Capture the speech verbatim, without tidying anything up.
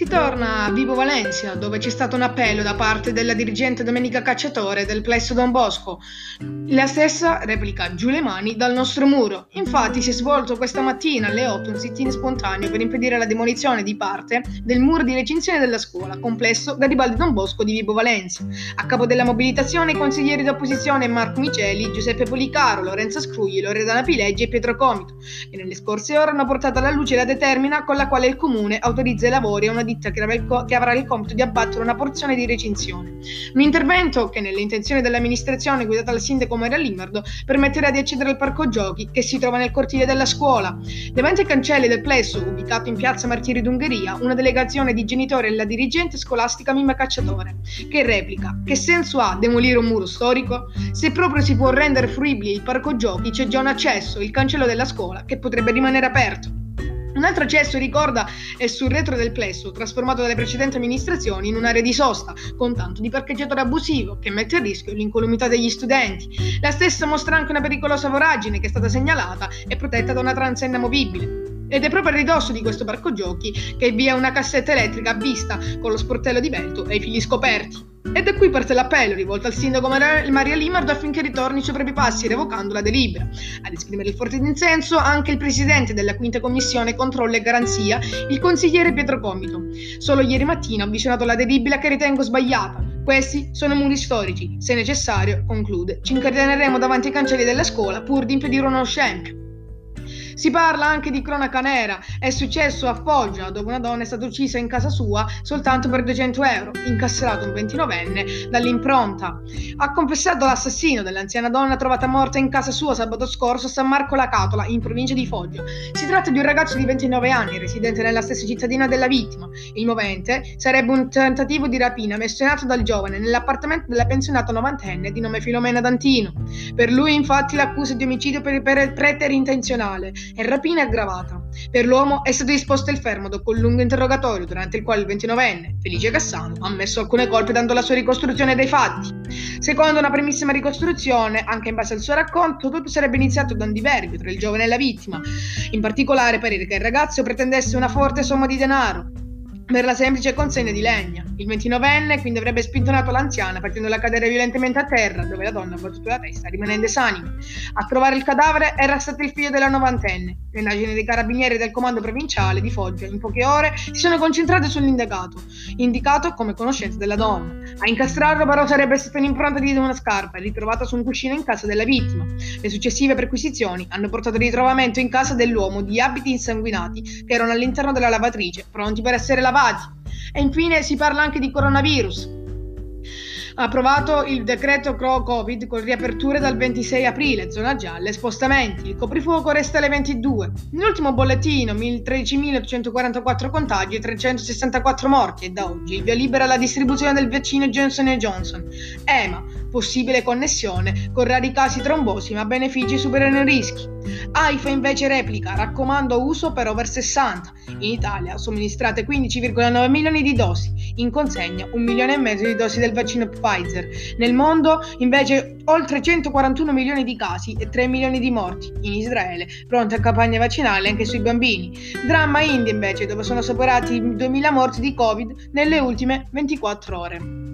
Si torna a Vibo Valentia, dove c'è stato un appello da parte della dirigente Domenica Cacciatore del plesso Don Bosco. La stessa replica giù le mani dal nostro muro. Infatti si è svolto questa mattina alle otto un sit-in spontaneo per impedire la demolizione di parte del muro di recinzione della scuola, complesso Garibaldi Don Bosco di Vibo Valentia. A capo della mobilitazione i consiglieri d'opposizione Marco Miceli, Giuseppe Policaro, Lorenzo Scrugli, Loredana Pileggi e Pietro Comito, che nelle scorse ore hanno portato alla luce la determina con la quale il comune autorizza i lavori a una ditta che, il co- che avrà il compito di abbattere una porzione di recinzione. Un intervento che, nelle intenzioni dell'amministrazione guidata dal sindaco Maria Limardo, permetterà di accedere al parco giochi che si trova nel cortile della scuola. Davanti ai cancelli del plesso, ubicato in piazza Martiri d'Ungheria, una delegazione di genitori e la dirigente scolastica Mimma Cacciatore, che replica: che senso ha demolire un muro storico? Se proprio si può rendere fruibile il parco giochi, c'è già un accesso, il cancello della scuola, che potrebbe rimanere aperto. Un altro accesso, ricorda, è sul retro del plesso, trasformato dalle precedenti amministrazioni in un'area di sosta, con tanto di parcheggiatore abusivo, che mette a rischio l'incolumità degli studenti. La stessa mostra anche una pericolosa voragine che è stata segnalata e protetta da una transa inamovibile. Ed è proprio a ridosso di questo parco giochi che vi è una cassetta elettrica a vista, con lo sportello di vento e i fili scoperti. E da qui parte l'appello rivolto al sindaco Mar- Maria Limardo affinché ritorni sui propri passi revocando la delibera. Ad esprimere il forte dissenso anche il presidente della quinta commissione controllo e garanzia, il consigliere Pietro Comito. Solo ieri mattina ho visionato la delibera che ritengo sbagliata. Questi sono muri storici, se necessario, conclude, ci incateneremo davanti ai cancelli della scuola pur di impedire uno scempio. Si parla anche di cronaca nera. È successo a Foggia, dove una donna è stata uccisa in casa sua soltanto per duecento euro, incasserato un ventinovenne dall'impronta. Ha confessato l'assassino dell'anziana donna trovata morta in casa sua sabato scorso a San Marco la Catola, in provincia di Foggia. Si tratta di un ragazzo di ventinove anni, residente nella stessa cittadina della vittima. Il movente sarebbe un tentativo di rapina messo in atto dal giovane nell'appartamento della pensionata novantenne di nome Filomena D'Antino. Per lui, infatti, l'accusa è di omicidio per preterintenzionale e rapina aggravata. Per l'uomo è stato disposto il fermo dopo un lungo interrogatorio, durante il quale il ventinovenne, Felice Cassano, ha ammesso alcune colpe dando la sua ricostruzione dei fatti. Secondo una primissima ricostruzione, anche in base al suo racconto, tutto sarebbe iniziato da un diverbio tra il giovane e la vittima. In particolare parere che il ragazzo pretendesse una forte somma di denaro per la semplice consegna di legna. Il ventinovenne quindi avrebbe spintonato l'anziana facendola cadere violentemente a terra, dove la donna ha battuto la testa rimanendo esanime. A trovare il cadavere era stato il figlio della novantenne. Le indagini dei carabinieri del comando provinciale di Foggia in poche ore si sono concentrate sull'indagato, indicato come conoscenza della donna. A incastrarlo però sarebbe stata un'impronta di una scarpa ritrovata su un cuscino in casa della vittima. Le successive perquisizioni hanno portato al ritrovamento in casa dell'uomo di abiti insanguinati che erano all'interno della lavatrice, pronti per essere lavati. E infine si parla anche di coronavirus. Ha approvato il decreto Covid con riaperture dal ventisei aprile, zona gialla e spostamenti. Il coprifuoco resta alle ventidue. Nell'ultimo bollettino tredicimilaottocentoquarantaquattro contagi e trecentosessantaquattro morti e da oggi il via libera alla distribuzione del vaccino Johnson and Johnson. E M A, possibile connessione con rari casi trombosi ma benefici superano i rischi. AIFA invece replica, raccomando uso per over sessanta. In Italia somministrate quindici virgola nove milioni di dosi, in consegna un milione e mezzo di dosi del vaccino Pfizer. Nel mondo invece oltre centoquarantuno milioni di casi e tre milioni di morti. In Israele pronta campagna vaccinale anche sui bambini. Dramma India invece, dove sono superati duemila morti di Covid nelle ultime ventiquattro ore.